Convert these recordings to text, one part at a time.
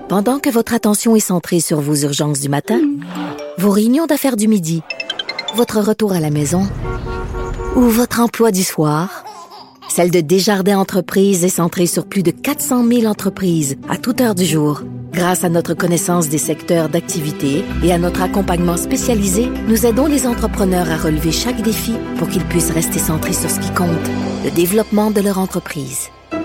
Pendant que votre attention est centrée sur vos urgences du matin, vos réunions d'affaires du midi, votre retour à la maison ou votre emploi du soir, celle de Desjardins Entreprises est centrée sur plus de 400 000 entreprises à toute heure du jour. Grâce à notre connaissance des secteurs d'activité et à notre accompagnement spécialisé, nous aidons les entrepreneurs à relever chaque défi pour qu'ils puissent rester centrés sur ce qui compte, le développement de leur entreprise.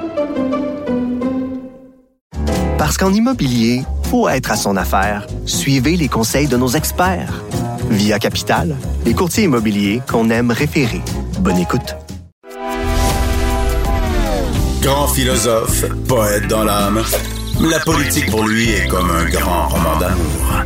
Parce qu'en immobilier, faut être à son affaire. Suivez les conseils de nos experts. Via Capital, les courtiers immobiliers qu'on aime référer. Bonne écoute. Grand philosophe, poète dans l'âme, la politique pour lui est comme un grand roman d'amour.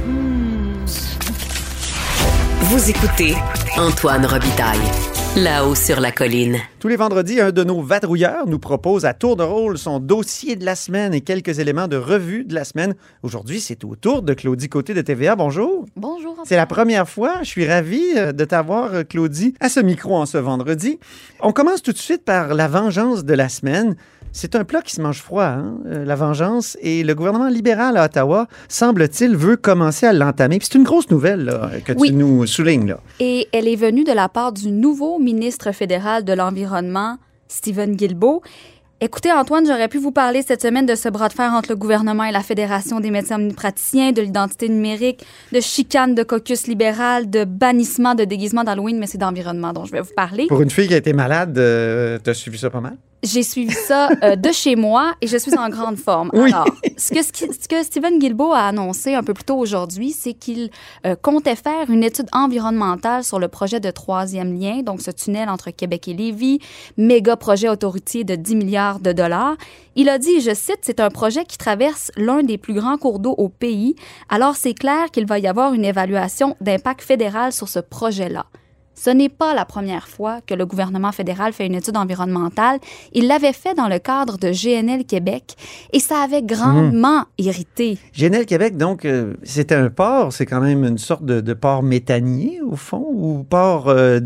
Vous écoutez Antoine Robitaille, là-haut sur la colline. Tous les vendredis, un de nos vadrouilleurs nous propose à tour de rôle son dossier de la semaine et quelques éléments de revue de la semaine. Aujourd'hui, c'est au tour de Claudie Côté de TVA. Bonjour. Bonjour. Antoine. C'est la première fois. Je suis ravi de t'avoir, Claudie, à ce micro en ce vendredi. On commence tout de suite par la vengeance de la semaine. C'est un plat qui se mange froid, la vengeance, et le gouvernement libéral à Ottawa, semble-t-il, veut commencer à l'entamer. Puis c'est une grosse nouvelle là, que tu nous soulignes. Là. Et elle est venue de la part du nouveau ministre fédéral de l'Environnement, Stephen Guilbeault. Écoutez, Antoine, j'aurais pu vous parler cette semaine de ce bras de fer entre le gouvernement et la Fédération des médecins omnipraticiens, de l'identité numérique, de chicane de caucus libéral, de bannissement de déguisement d'Halloween, mais c'est d'environnement dont je vais vous parler. Pour une fille qui a été malade, t'as suivi ça pas mal? J'ai suivi ça de chez moi et je suis en grande forme. Oui. Alors, ce que Stephen Guilbeault a annoncé un peu plus tôt aujourd'hui, c'est qu'il comptait faire une étude environnementale sur le projet de troisième lien, donc ce tunnel entre Québec et Lévis, méga projet autoroutier de 10 milliards de dollars. Il a dit, je cite, c'est un projet qui traverse l'un des plus grands cours d'eau au pays. Alors, c'est clair qu'il va y avoir une évaluation d'impact fédéral sur ce projet-là. Ce n'est pas la première fois que le gouvernement fédéral fait une étude environnementale. Il l'avait fait dans le cadre de GNL Québec et ça avait grandement irrité. GNL Québec, donc, c'était un port, c'est quand même une sorte de port méthanier, au fond, ou port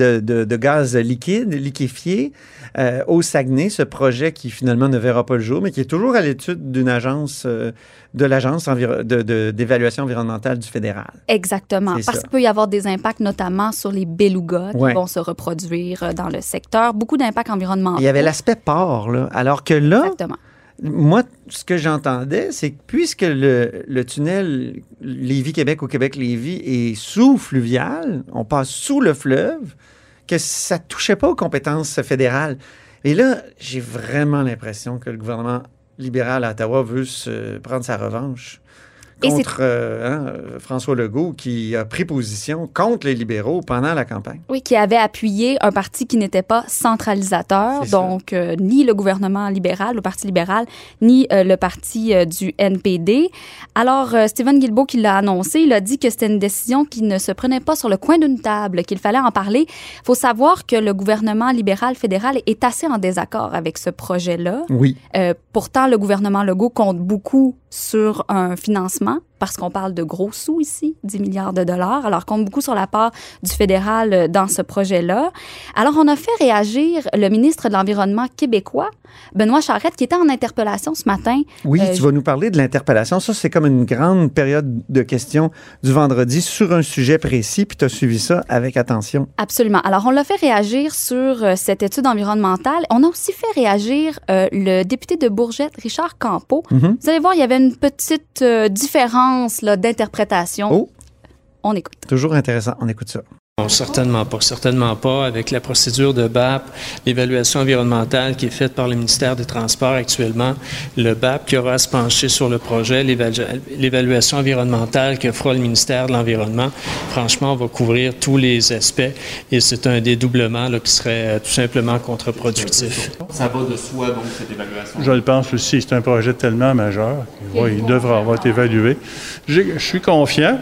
de gaz liquéfié au Saguenay, ce projet qui finalement ne verra pas le jour, mais qui est toujours à l'étude d'une agence, de l'Agence d'évaluation environnementale du fédéral. Exactement, parce qu'il peut y avoir des impacts notamment sur les belugas qui vont se reproduire dans le secteur. Beaucoup d'impacts environnementaux. Il y avait l'aspect port, là, alors que là... Exactement. Moi, ce que j'entendais, c'est que puisque le tunnel Lévis-Québec ou Québec-Lévis est sous-fluvial, on passe sous le fleuve, que ça ne touchait pas aux compétences fédérales. Et là, j'ai vraiment l'impression que le gouvernement libéral à Ottawa veut se prendre sa revanche contre François Legault, qui a pris position contre les libéraux pendant la campagne. Oui, qui avait appuyé un parti qui n'était pas centralisateur, donc ni le gouvernement libéral, le Parti libéral, ni le parti du NPD. Alors, Stephen Guilbeault, qui l'a annoncé, il a dit que c'était une décision qui ne se prenait pas sur le coin d'une table, qu'il fallait en parler. Il faut savoir que le gouvernement libéral fédéral est assez en désaccord avec ce projet-là. Oui. Pourtant, le gouvernement Legault compte beaucoup sur un financement, parce qu'on parle de gros sous ici, 10 milliards de dollars, alors compte beaucoup sur la part du fédéral dans ce projet-là. Alors, on a fait réagir le ministre de l'Environnement québécois, Benoît Charette, qui était en interpellation ce matin. Oui, tu vas nous parler de l'interpellation. Ça, c'est comme une grande période de questions du vendredi sur un sujet précis, puis tu as suivi ça avec attention. Absolument. Alors, on l'a fait réagir sur cette étude environnementale. On a aussi fait réagir le député de Bourgette, Richard Campeau. Mm-hmm. Vous allez voir, il y avait une petite différence là, d'interprétation. Oh! On écoute. Toujours intéressant. On écoute ça. Non, certainement pas. Avec la procédure de BAP, l'évaluation environnementale qui est faite par le ministère des Transports actuellement, le BAP qui aura à se pencher sur le projet, l'évaluation environnementale que fera le ministère de l'Environnement, franchement, on va couvrir tous les aspects et c'est un dédoublement là, qui serait tout simplement contre-productif. Ça va de soi, donc, cette évaluation? Je le pense aussi. C'est un projet tellement majeur qu'il devra être évalué. Je suis confiant.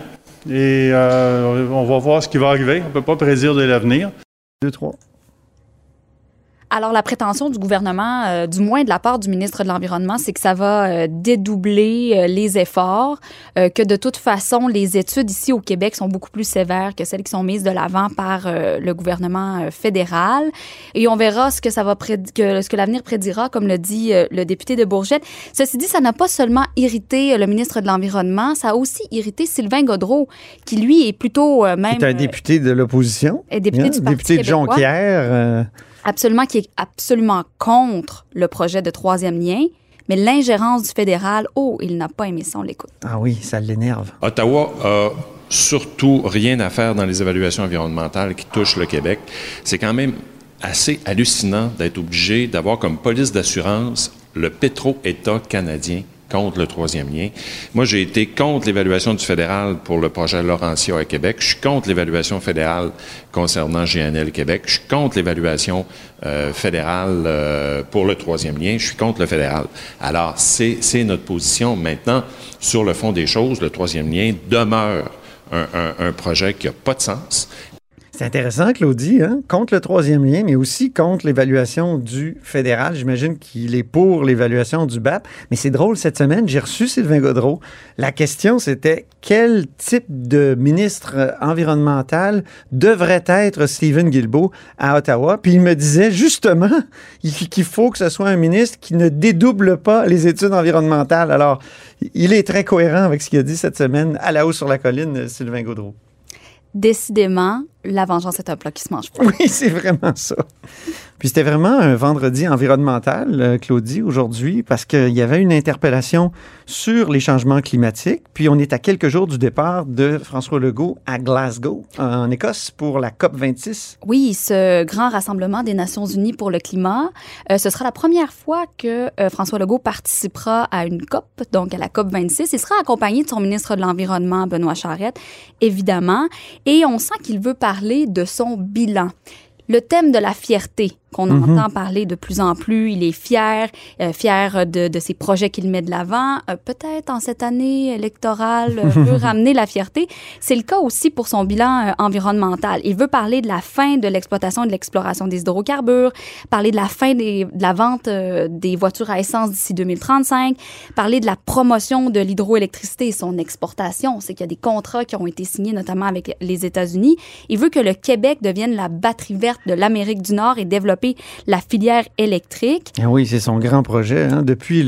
Et on va voir ce qui va arriver. On ne peut pas prédire de l'avenir. 2, 3. Alors, la prétention du gouvernement, du moins de la part du ministre de l'Environnement, c'est que ça va dédoubler les efforts, que de toute façon, les études ici au Québec sont beaucoup plus sévères que celles qui sont mises de l'avant par le gouvernement fédéral. Et on verra ce que ce que l'avenir prédira, comme le dit le député de Bourgette. Ceci dit, ça n'a pas seulement irrité le ministre de l'Environnement, ça a aussi irrité Sylvain Gaudreault, qui lui est plutôt même... C'est un député de l'opposition. Député du Parti député de québécois. Jonquière. Absolument, qui est absolument contre le projet de troisième lien, mais l'ingérence du fédéral, il n'a pas aimé ça, on l'écoute. Ah oui, ça l'énerve. Ottawa a surtout rien à faire dans les évaluations environnementales qui touchent le Québec. C'est quand même assez hallucinant d'être obligé d'avoir comme police d'assurance le pétro-État canadien contre le troisième lien. Moi, j'ai été contre l'évaluation du fédéral pour le projet Laurentia à Québec. Je suis contre l'évaluation fédérale concernant GNL Québec. Je suis contre l'évaluation fédérale pour le troisième lien. Je suis contre le fédéral. Alors, c'est notre position. Maintenant, sur le fond des choses, le troisième lien demeure un projet qui n'a pas de sens. C'est intéressant, Claudie, hein? Contre le troisième lien, mais aussi contre l'évaluation du fédéral. J'imagine qu'il est pour l'évaluation du BAP. Mais c'est drôle, cette semaine, j'ai reçu Sylvain Gaudreault. La question, c'était quel type de ministre environnemental devrait être Stephen Guilbeault à Ottawa? Puis il me disait justement qu'il faut que ce soit un ministre qui ne dédouble pas les études environnementales. Alors, il est très cohérent avec ce qu'il a dit cette semaine à la haut sur la colline, Sylvain Gaudreault. Décidément, la vengeance est un plat qui se mange pas. Oui, c'est vraiment ça. Puis c'était vraiment un vendredi environnemental, Claudie, aujourd'hui, parce qu'il y avait une interpellation sur les changements climatiques. Puis on est à quelques jours du départ de François Legault à Glasgow, en Écosse, pour la COP26. Oui, ce grand rassemblement des Nations unies pour le climat. Ce sera la première fois que François Legault participera à une COP, donc à la COP26. Il sera accompagné de son ministre de l'Environnement, Benoît Charette, évidemment. Et on sent qu'il veut parler de son bilan. Le thème de la fierté qu'on entend parler de plus en plus, il est fier de ses projets qu'il met de l'avant. Peut-être en cette année électorale, veut ramener la fierté. C'est le cas aussi pour son bilan environnemental. Il veut parler de la fin de l'exploitation et de l'exploration des hydrocarbures, parler de la fin de la vente des voitures à essence d'ici 2035, parler de la promotion de l'hydroélectricité et son exportation. C'est qu'il y a des contrats qui ont été signés notamment avec les États-Unis. Il veut que le Québec devienne la batterie verte de l'Amérique du Nord et développer la filière électrique. Ah oui, c'est son grand projet. Hein? Depuis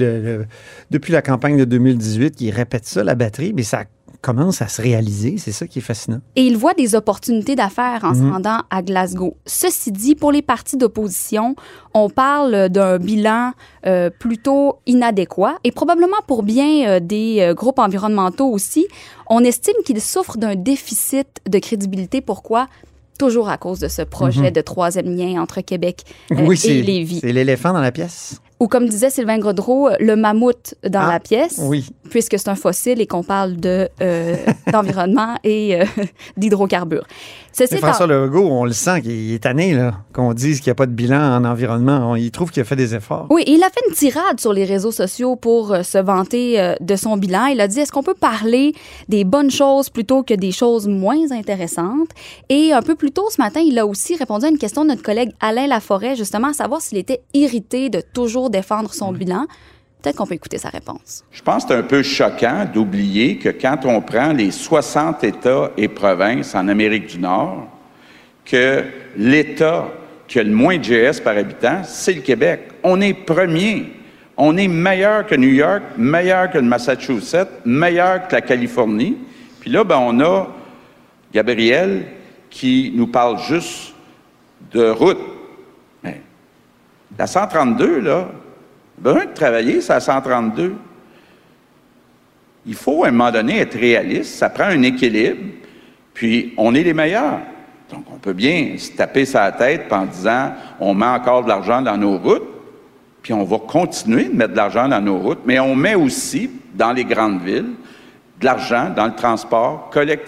la campagne de 2018, il répète ça, la batterie, mais ça commence à se réaliser. C'est ça qui est fascinant. Et il voit des opportunités d'affaires en se rendant à Glasgow. Ceci dit, pour les partis d'opposition, on parle d'un bilan plutôt inadéquat et probablement pour bien des groupes environnementaux aussi. On estime qu'ils souffrent d'un déficit de crédibilité. Pourquoi? Toujours à cause de ce projet de troisième lien entre Québec et Lévis. C'est l'éléphant dans la pièce. Ou comme disait Sylvain Gaudreault, le mammouth dans la pièce, puisque c'est un fossile et qu'on parle d'environnement et d'hydrocarbures. François Legault, on le sent qu'il est tanné, là, qu'on dise qu'il n'y a pas de bilan en environnement. Il trouve qu'il a fait des efforts. Oui, il a fait une tirade sur les réseaux sociaux pour se vanter de son bilan. Il a dit, est-ce qu'on peut parler des bonnes choses plutôt que des choses moins intéressantes? Et un peu plus tôt ce matin, il a aussi répondu à une question de notre collègue Alain Laforêt, justement, à savoir s'il était irrité de toujours défendre son bilan. Peut-être qu'on peut écouter sa réponse. Je pense que c'est un peu choquant d'oublier que quand on prend les 60 États et provinces en Amérique du Nord, que l'État qui a le moins de GS par habitant, c'est le Québec. On est premier. On est meilleur que New York, meilleur que le Massachusetts, meilleur que la Californie. Puis là, on a Gabriel qui nous parle juste de route. Mais la 132, là, besoin de travailler, c'est à 132. Il faut, à un moment donné, être réaliste. Ça prend un équilibre. Puis, on est les meilleurs. Donc, on peut bien se taper sa tête en disant on met encore de l'argent dans nos routes, puis on va continuer de mettre de l'argent dans nos routes, mais on met aussi, dans les grandes villes, de l'argent dans le transport collectif.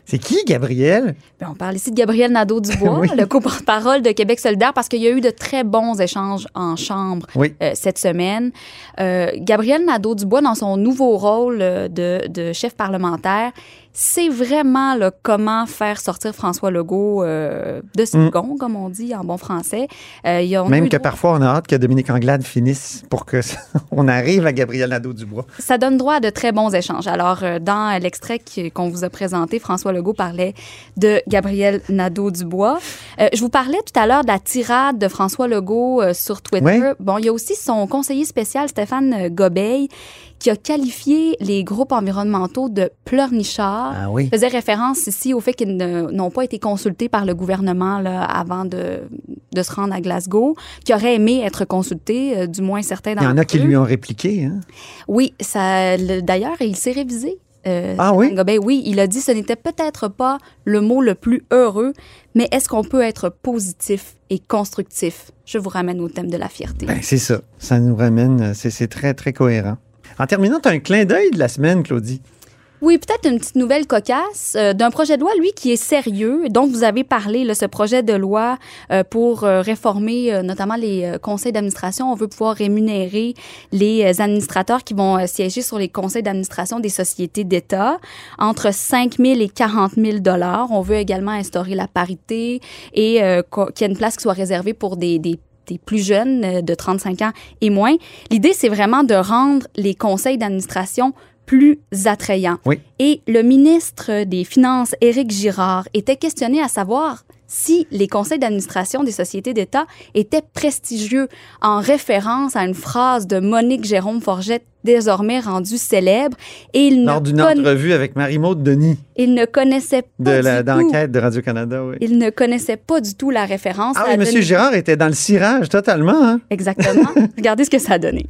C'est qui, Gabriel? Bien, on parle ici de Gabriel Nadeau-Dubois, le co-porte-parole de Québec solidaire, parce qu'il y a eu de très bons échanges en chambre cette semaine. Gabriel Nadeau-Dubois, dans son nouveau rôle de chef parlementaire, c'est vraiment là, comment faire sortir François Legault de ses gonds, comme on dit en bon français. Même que parfois, on a hâte que Dominique Anglade finisse pour qu'on arrive à Gabriel Nadeau-Dubois. Ça donne droit à de très bons échanges. Alors, dans l'extrait qu'on vous a présenté, François Legault parlait de Gabriel Nadeau-Dubois. Je vous parlais tout à l'heure de la tirade de François Legault sur Twitter. Oui. Bon, il y a aussi son conseiller spécial, Stéphane Gobeil, qui a qualifié les groupes environnementaux de pleurnichards. Ah oui. Faisait référence ici au fait qu'ils n'ont pas été consultés par le gouvernement là, avant de se rendre à Glasgow, qui auraient aimé être consultés, du moins certains d'entre eux. Il y en a qui lui ont répliqué. Hein? Oui, d'ailleurs, il s'est révisé. Oui? Gobeil, oui, il a dit ce n'était peut-être pas le mot le plus heureux, mais est-ce qu'on peut être positif et constructif? Je vous ramène au thème de la fierté. Ben, c'est ça. Ça nous ramène, c'est très, très cohérent. En terminant, tu as un clin d'œil de la semaine, Claudie. Oui, peut-être une petite nouvelle cocasse d'un projet de loi, lui, qui est sérieux, dont vous avez parlé, là, ce projet de loi pour réformer notamment les conseils d'administration. On veut pouvoir rémunérer les administrateurs qui vont siéger sur les conseils d'administration des sociétés d'État entre 5 000 et 40 000 $. On veut également instaurer la parité et qu'il y ait une place qui soit réservée pour des plus jeunes de 35 ans et moins. L'idée, c'est vraiment de rendre les conseils d'administration plus attrayants. Oui. Et le ministre des Finances, Éric Girard, était questionné à savoir si les conseils d'administration des sociétés d'État étaient prestigieux, en référence à une phrase de Monique Jérôme Forget, désormais rendue célèbre. Et lors d'une entrevue avec Marie-Maude Denis. Il ne connaissait pas d'enquête de Radio-Canada, oui. Il ne connaissait pas du tout la référence. Ah oui, M. Girard était dans le cirage totalement. Hein? Exactement. Regardez ce que ça a donné.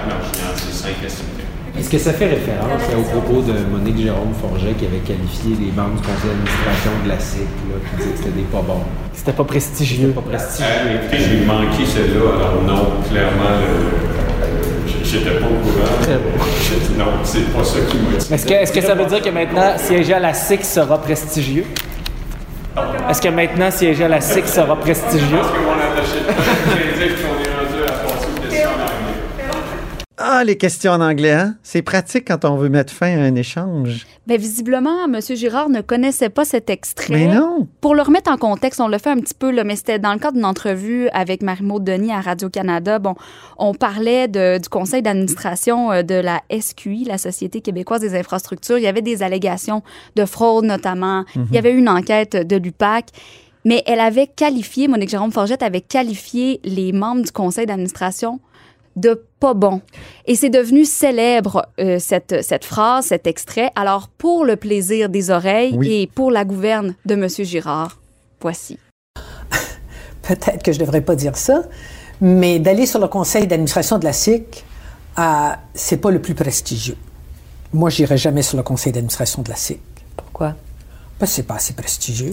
Est-ce que ça fait référence au propos de Monique Jérôme Forget qui avait qualifié les membres du conseil d'administration de la SIC, là, qui disait que c'était des pas bons? C'était pas prestigieux. Écoutez, j'ai manqué celle-là, alors non, clairement, j'étais pas au courant. Non, c'est pas ça qui m'a dit. Est-ce que ça veut dire que maintenant, siéger à la SIC sera prestigieux? Est-ce que maintenant, siéger à la SIC sera prestigieux? Je pense que mon attaché de presse indique qu'on est rendu à passer aux questions en anglais. Ah, les questions en anglais, hein? C'est pratique quand on veut mettre fin à un échange. Bien, visiblement, M. Girard ne connaissait pas cet extrait. Mais non! Pour le remettre en contexte, on l'a fait un petit peu, là, mais c'était dans le cadre d'une entrevue avec Marie-Maude Denis à Radio-Canada. Bon, on parlait du conseil d'administration de la SQI, la Société québécoise des infrastructures. Il y avait des allégations de fraude, notamment. Il y avait eu une enquête de l'UPAC. Mais elle avait qualifié, Monique Jérôme Forget avait qualifié les membres du conseil d'administration de pas bon. Et c'est devenu célèbre, cette phrase, cet extrait. Alors, pour le plaisir des oreilles et pour la gouverne de M. Girard, voici. Peut-être que je devrais pas dire ça, mais d'aller sur le conseil d'administration de la SIC, c'est pas le plus prestigieux. Moi, j'irai jamais sur le conseil d'administration de la SIC. Pourquoi? Parce que c'est pas assez prestigieux.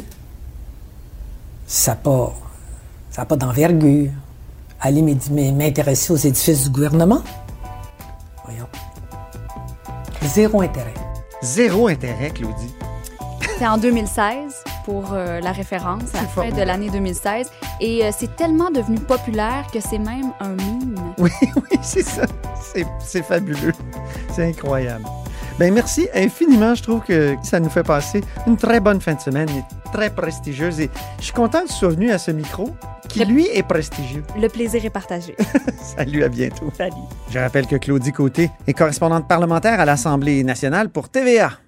Ça n'a pas d'envergure. Aller m'intéresser aux édifices du gouvernement? Voyons. Zéro intérêt. Zéro intérêt, Claudie. C'est en 2016, pour la référence, à la fin de l'année 2016. Et c'est tellement devenu populaire que c'est même un meme. Oui, c'est ça. C'est fabuleux. C'est incroyable. Bien, merci infiniment. Je trouve que ça nous fait passer une très bonne fin de semaine et très prestigieuse. Et je suis content que tu sois venu à ce micro qui, lui, est prestigieux. Le plaisir est partagé. Salut, à bientôt. Salut. Je rappelle que Claudie Côté est correspondante parlementaire à l'Assemblée nationale pour TVA.